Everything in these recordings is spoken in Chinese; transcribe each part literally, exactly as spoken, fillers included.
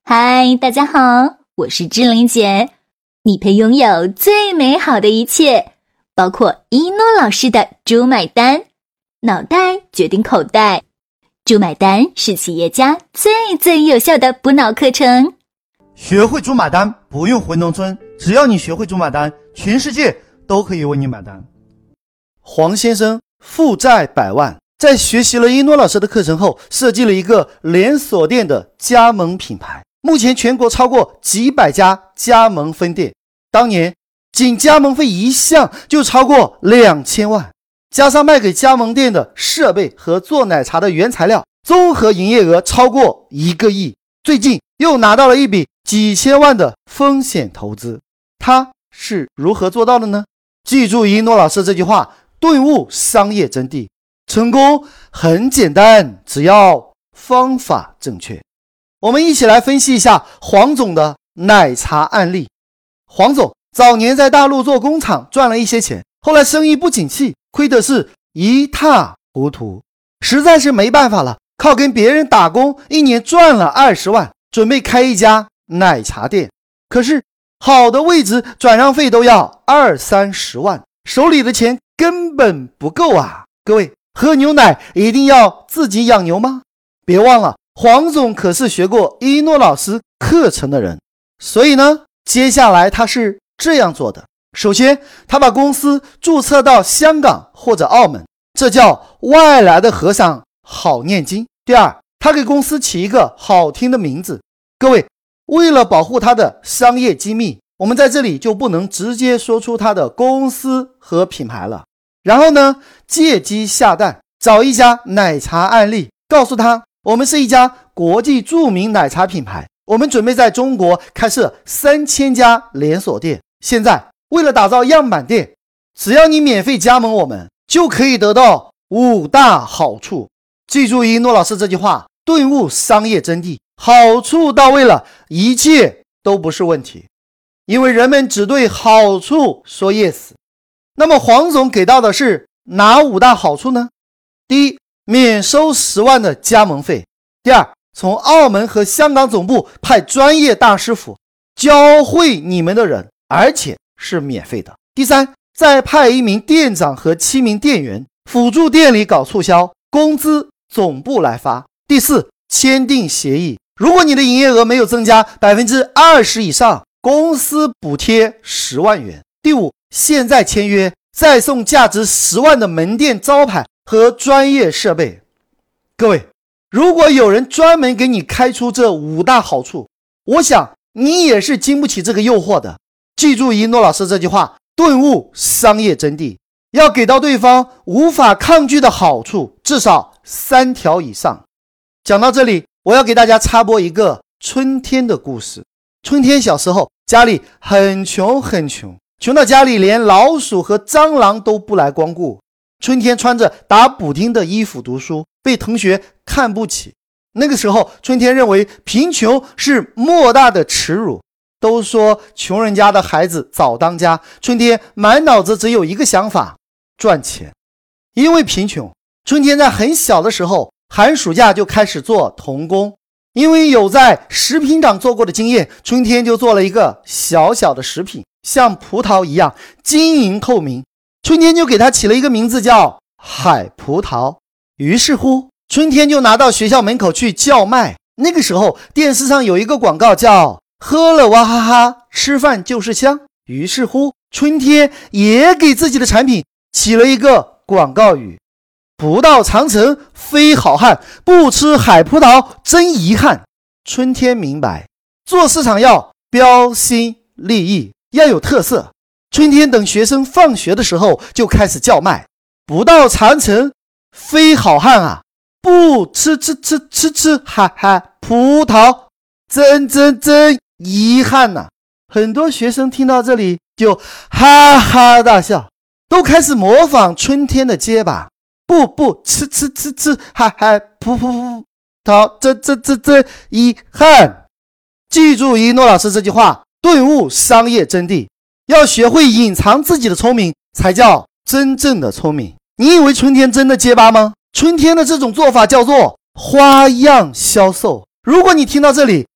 嗨，大家好，我是志玲姐。你配拥有最美好的一切，包括一诺老师的猪买单，脑袋决定口袋。猪买单是企业家最最有效的补脑课程。 学会猪买单，不用回农村，只要你学会猪买单，全世界都可以为你买单。黄先生负债百万，在学习了一诺老师的课程后，设计了一个连锁店的加盟品牌。目前全国超过几百家加盟分店，当年仅加盟费一项就超过两千万，加上卖给加盟店的设备和做奶茶的原材料，综合营业额超过一个亿。最近又拿到了一笔几千万的风险投资，他是如何做到的呢？记住一诺老师这句话，顿悟商业真谛，成功很简单，只要方法正确。我们一起来分析一下黄总的奶茶案例。黄总早年在大陆做工厂赚了一些钱，后来生意不景气，亏的是一塌糊涂，实在是没办法了，靠跟别人打工，一年赚了二十万，准备开一家奶茶店。可是好的位置转让费都要二三十万，手里的钱根本不够啊！各位，喝牛奶一定要自己养牛吗？别忘了，黄总可是学过一诺老师课程的人，所以呢，接下来他是这样做的。首先，他把公司注册到香港或者澳门，这叫外来的和尚好念经。第二，他给公司起一个好听的名字。各位，为了保护他的商业机密，我们在这里就不能直接说出他的公司和品牌了。然后呢，借鸡下蛋，找一家奶茶案例，告诉他我们是一家国际著名奶茶品牌，我们准备在中国开设三千家连锁店。现在为了打造样板店，只要你免费加盟我们，就可以得到五大好处。记住一诺老师这句话，顿悟商业真谛，好处到位了，一切都不是问题，因为人们只对好处说 yes。 那么黄总给到的是哪五大好处呢？第一，免收十万的加盟费。第二，从澳门和香港总部派专业大师傅教会你们的人，而且是免费的。第三，再派一名店长和七名店员辅助店里搞促销，工资总部来发。第四，签订协议，如果你的营业额没有增加 百分之二十 以上，公司补贴十万元。第五，现在签约再送价值十万的门店招牌和专业设备。各位，如果有人专门给你开出这五大好处，我想你也是经不起这个诱惑的。记住一诺老师这句话，顿悟商业真谛，要给到对方无法抗拒的好处，至少三条以上。讲到这里，我要给大家插播一个春天的故事。春天小时候家里很穷很穷，穷到家里连老鼠和蟑螂都不来光顾。春天穿着打补丁的衣服读书，被同学看不起。那个时候春天认为贫穷是莫大的耻辱，都说穷人家的孩子早当家。春天满脑子只有一个想法，赚钱。因为贫穷，春天在很小的时候寒暑假就开始做童工。因为有在食品厂做过的经验，春天就做了一个小小的食品，像葡萄一样晶莹透明。春天就给它起了一个名字叫海葡萄。于是乎春天就拿到学校门口去叫卖。那个时候电视上有一个广告叫喝了哇哈哈，吃饭就是香。于是乎春天也给自己的产品起了一个广告语，不到长城非好汉，不吃海葡萄真遗憾。春天明白，做市场要标新立异，要有特色。春天等学生放学的时候就开始叫卖，不到长城非好汉啊，不吃吃吃吃吃哈哈葡萄真真真遗憾呐、啊！很多学生听到这里就哈哈大笑，都开始模仿春天的结巴，不不吃吃吃吃哈哈噗噗噗萄这这这这遗憾。记住一诺老师这句话，顿悟商业真谛，要学会隐藏自己的聪明，才叫真正的聪明。你以为春天真的结巴吗？春天的这种做法叫做花样销售。如果你听到这里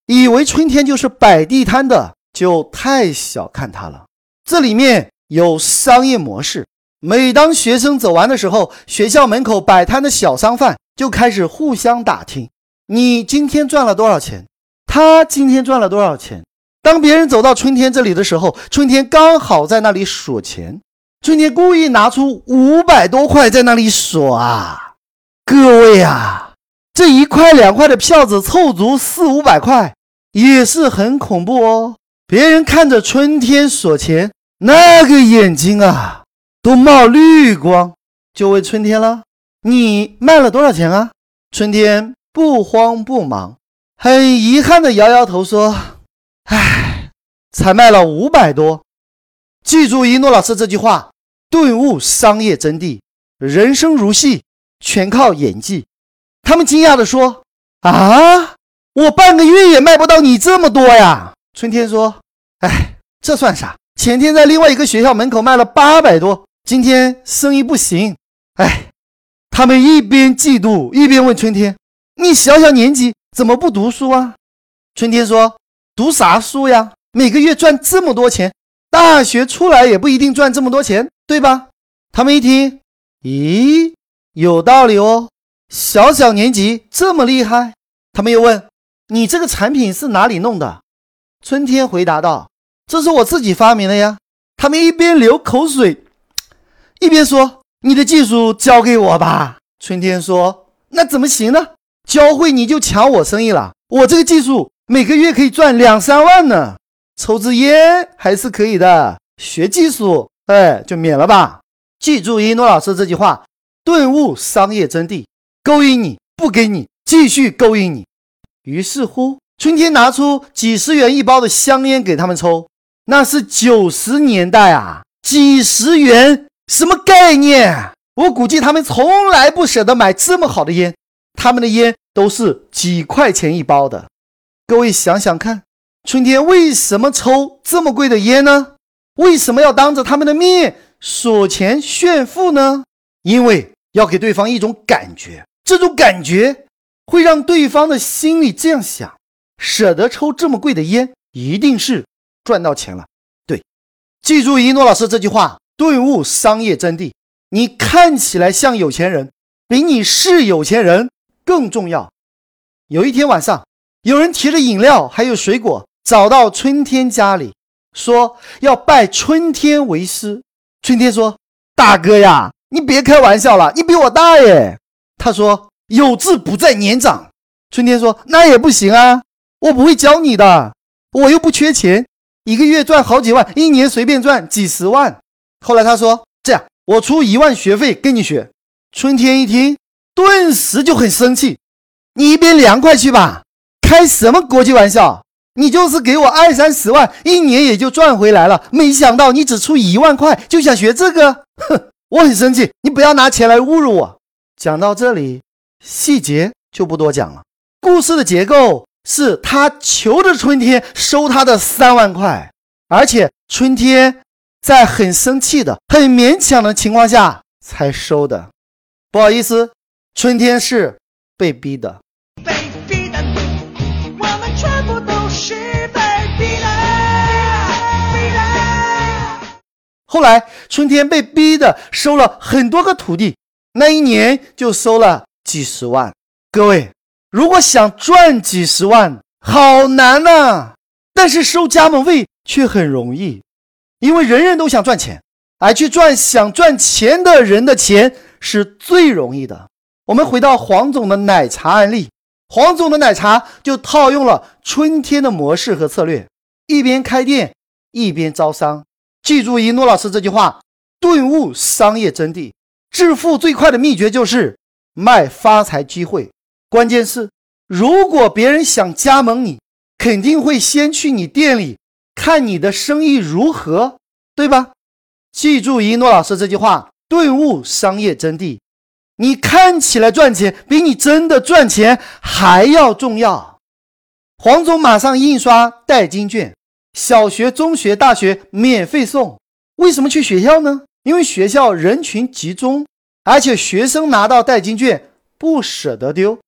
以为春天就是摆地摊的，就太小看它了。这里面有商业模式，每当学生走完的时候，学校门口摆摊的小商贩就开始互相打听，你今天赚了多少钱，他今天赚了多少钱。当别人走到春天这里的时候，春天刚好在那里数钱，春天故意拿出五百多块在那里数啊。各位啊，这一块两块的票子凑足四五百块也是很恐怖哦。别人看着春天数钱，那个眼睛啊都冒绿光，就问春天了，你卖了多少钱啊？春天不慌不忙，很遗憾的摇摇头说，唉，才卖了五百多。记住一诺老师这句话，顿悟商业真谛，人生如戏，全靠演技。他们惊讶地说，啊，我半个月也卖不到你这么多呀。春天说，唉，这算啥？前天在另外一个学校门口卖了八百多，今天生意不行。唉，他们一边嫉妒一边问春天，你小小年纪怎么不读书啊？春天说，读啥书呀？每个月赚这么多钱，大学出来也不一定赚这么多钱，对吧？他们一听，咦，有道理哦，小小年纪这么厉害。他们又问，你这个产品是哪里弄的？春天回答道，这是我自己发明的呀。他们一边流口水一边说，你的技术交给我吧。春天说，那怎么行呢？教会你就抢我生意了，我这个技术每个月可以赚两三万呢。抽支烟还是可以的，学技术哎，就免了吧。记住一诺老师这句话，顿悟商业真谛，勾引你不给你，继续勾引你。于是乎，春天拿出几十元一包的香烟给他们抽。那是九十年代啊，几十元什么概念？我估计他们从来不舍得买这么好的烟，他们的烟都是几块钱一包的。各位想想看，春天为什么抽这么贵的烟呢？为什么要当着他们的面数钱炫富呢？因为要给对方一种感觉，这种感觉会让对方的心里这样想，舍得抽这么贵的烟，一定是赚到钱了。对，记住一诺老师这句话，顿悟商业真谛。你看起来像有钱人，比你是有钱人更重要。有一天晚上，有人提着饮料还有水果找到春天家里，说要拜春天为师。春天说，大哥呀，你别开玩笑了，你比我大耶。他说，有志不在年长。春天说，那也不行啊，我不会教你的，我又不缺钱，一个月赚好几万，一年随便赚几十万。后来他说，这样我出一万学费跟你学。春天一听，顿时就很生气，你一边凉快去吧，开什么国际玩笑？你就是给我二三十万，一年也就赚回来了，没想到你只出一万块就想学这个，哼，我很生气，你不要拿钱来侮辱我。讲到这里，细节就不多讲了。故事的结构是他求着春天收他的三万块，而且春天在很生气的、很勉强的情况下才收的。不好意思，春天是被逼的。 被逼的，我们全部都是被逼的，逼的。 后来春天被逼的收了很多个徒弟，那一年就收了几十万。各位，如果想赚几十万，好难啊！但是收加盟费却很容易，因为人人都想赚钱，而去赚想赚钱的人的钱是最容易的。我们回到黄总的奶茶案例，黄总的奶茶就套用了春天的模式和策略，一边开店一边招商。记住一诺老师这句话，顿悟商业真谛。致富最快的秘诀就是卖发财机会。关键是，如果别人想加盟你，肯定会先去你店里看你的生意如何，对吧？记住一诺老师这句话，顿悟商业真谛。你看起来赚钱，比你真的赚钱还要重要。黄总马上印刷代金券，小学、中学、大学免费送。为什么去学校呢？因为学校人群集中，而且学生拿到代金券不舍得丢。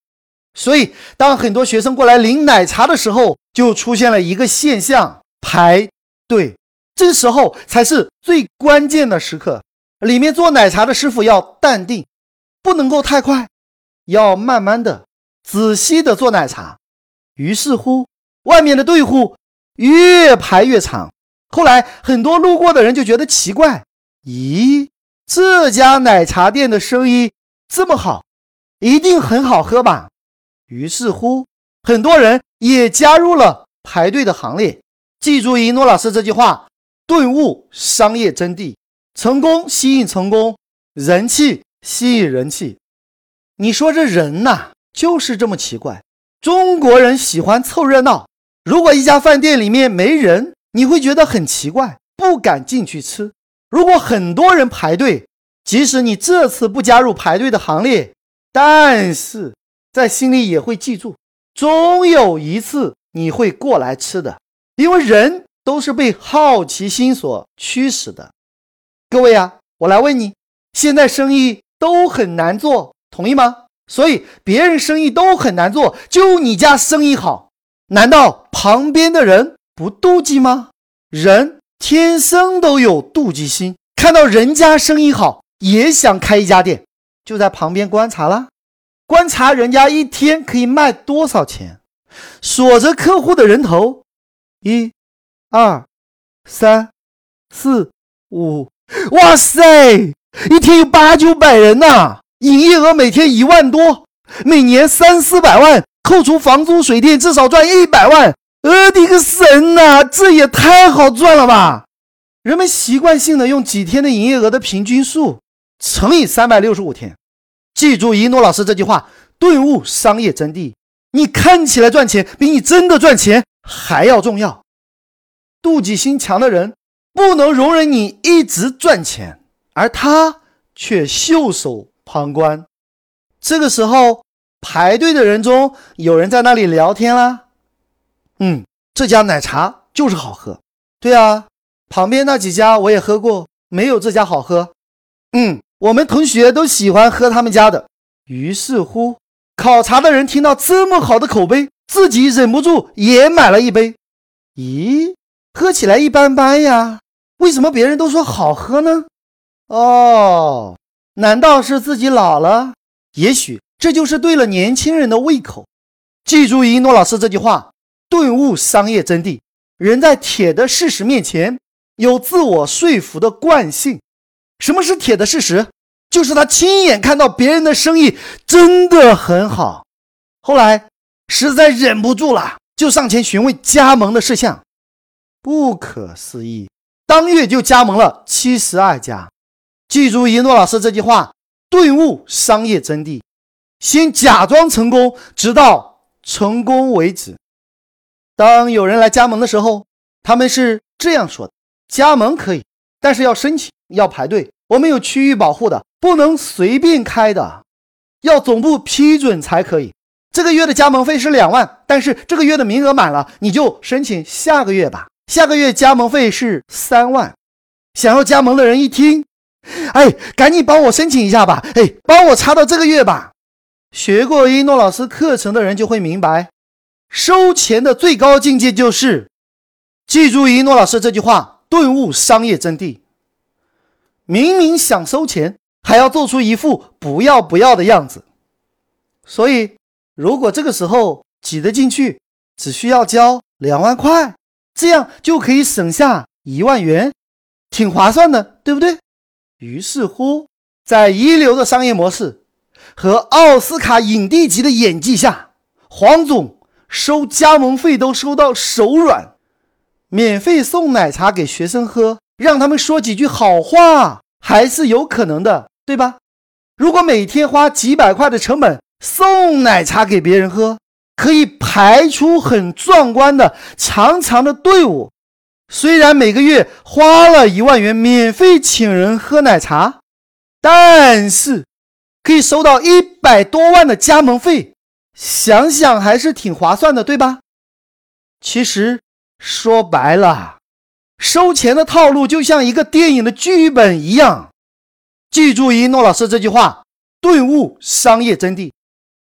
所以当很多学生过来领奶茶的时候，就出现了一个现象，排队。这个时候才是最关键的时刻，里面做奶茶的师傅要淡定，不能够太快，要慢慢的仔细的做奶茶。于是乎外面的队伍越排越长，后来很多路过的人就觉得奇怪，咦，这家奶茶店的生意这么好，一定很好喝吧。于是乎很多人也加入了排队的行列。记住一诺老师这句话，顿悟商业真谛，成功吸引成功，人气吸引人气。你说这人呐，就是这么奇怪。中国人喜欢凑热闹，如果一家饭店里面没人，你会觉得很奇怪，不敢进去吃。如果很多人排队，即使你这次不加入排队的行列，但是在心里也会记住，终有一次你会过来吃的。因为人都是被好奇心所驱使的。各位啊，我来问你，现在生意都很难做，同意吗？所以别人生意都很难做，就你家生意好，难道旁边的人不妒忌吗？人天生都有妒忌心，看到人家生意好也想开一家店，就在旁边观察啦，观察人家一天可以卖多少钱，锁着客户的人头，一二三四五，哇塞，一天有八九百人呐、啊，营业额每天一万多，每年三四百万，扣除房租水电至少赚一百万。我的个神呐、啊，这也太好赚了吧。人们习惯性的用几天的营业额的平均数乘以三百六十五天。记住一诺老师这句话，顿悟商业真谛，你看起来赚钱比你真的赚钱还要重要。妒忌心强的人不能容忍你一直赚钱，而他却袖手旁观。这个时候排队的人中有人在那里聊天啦，嗯，这家奶茶就是好喝。对啊，旁边那几家我也喝过，没有这家好喝。嗯，我们同学都喜欢喝他们家的。于是乎考察的人听到这么好的口碑，自己忍不住也买了一杯。咦，喝起来一般般呀，为什么别人都说好喝呢？哦，难道是自己老了？也许这就是对了年轻人的胃口。记住一诺老师这句话，顿悟商业真谛。人在铁的事实面前有自我说服的惯性。什么是铁的事实？就是他亲眼看到别人的生意真的很好，后来实在忍不住了，就上前询问加盟的事项。不可思议，当月就加盟了七十二家。记住一诺老师这句话，顿悟商业真谛。先假装成功，直到成功为止。当有人来加盟的时候，他们是这样说的：加盟可以，但是要申请，要排队，我们有区域保护的，不能随便开的，要总部批准才可以。这个月的加盟费是两万，但是这个月的名额满了，你就申请下个月吧，下个月加盟费是三万。想要加盟的人一听，哎，赶紧帮我申请一下吧，哎，帮我插到这个月吧。学过一诺老师课程的人就会明白，收钱的最高境界就是记住一诺老师这句话，顿悟商业真谛。明明想收钱，还要做出一副不要不要的样子。所以如果这个时候挤得进去，只需要交两万块，这样就可以省下一万元，挺划算的，对不对？于是乎在一流的商业模式和奥斯卡影帝级的演技下，黄总收加盟费都收到手软，免费送奶茶给学生喝，让他们说几句好话还是有可能的，对吧？如果每天花几百块的成本送奶茶给别人喝，可以排出很壮观的长长的队伍。虽然每个月花了一万元免费请人喝奶茶，但是可以收到一百多万的加盟费，想想还是挺划算的，对吧？其实说白了，收钱的套路就像一个电影的剧本一样。记住一诺老师这句话，顿悟商业真谛。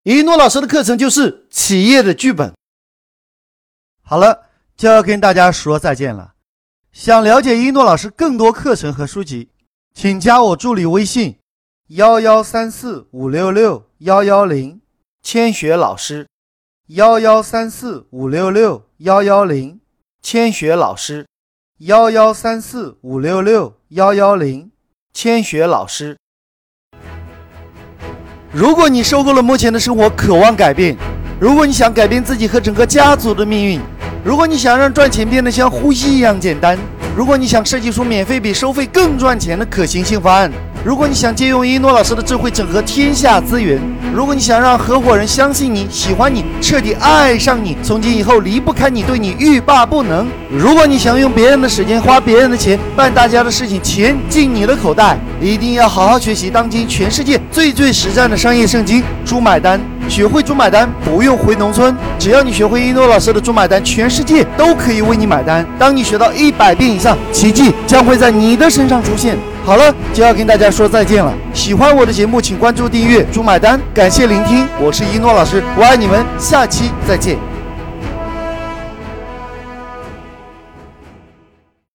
一诺老师的课程就是企业的剧本。好了，就要跟大家说再见了。想了解一诺老师更多课程和书籍，请加我助理微信幺幺三四五六六幺幺零，千雪老师幺幺三四五六六幺幺零，千雪老师幺幺三四五六六幺幺零，千雪老师。如果你受够了目前的生活，渴望改变，如果你想改变自己和整个家族的命运，如果你想让赚钱变得像呼吸一样简单，如果你想设计出免费比收费更赚钱的可行性方案，如果你想借用一诺老师的智慧整合天下资源，如果你想让合伙人相信你、喜欢你、彻底爱上你，从今以后离不开你，对你欲罢不能，如果你想用别人的时间花别人的钱办大家的事情，钱进你的口袋，一定要好好学习当今全世界最最实战的商业圣经猪买单。学会猪买单不用回农村，只要你学会一诺老师的猪买单，全世界都可以为你买单。当你学到一百遍以上，奇迹将会在你的身上出现。好了，就要跟大家说再见了。喜欢我的节目请关注订阅猪买单，感谢聆听，我是一诺老师，我爱你们，下期再见。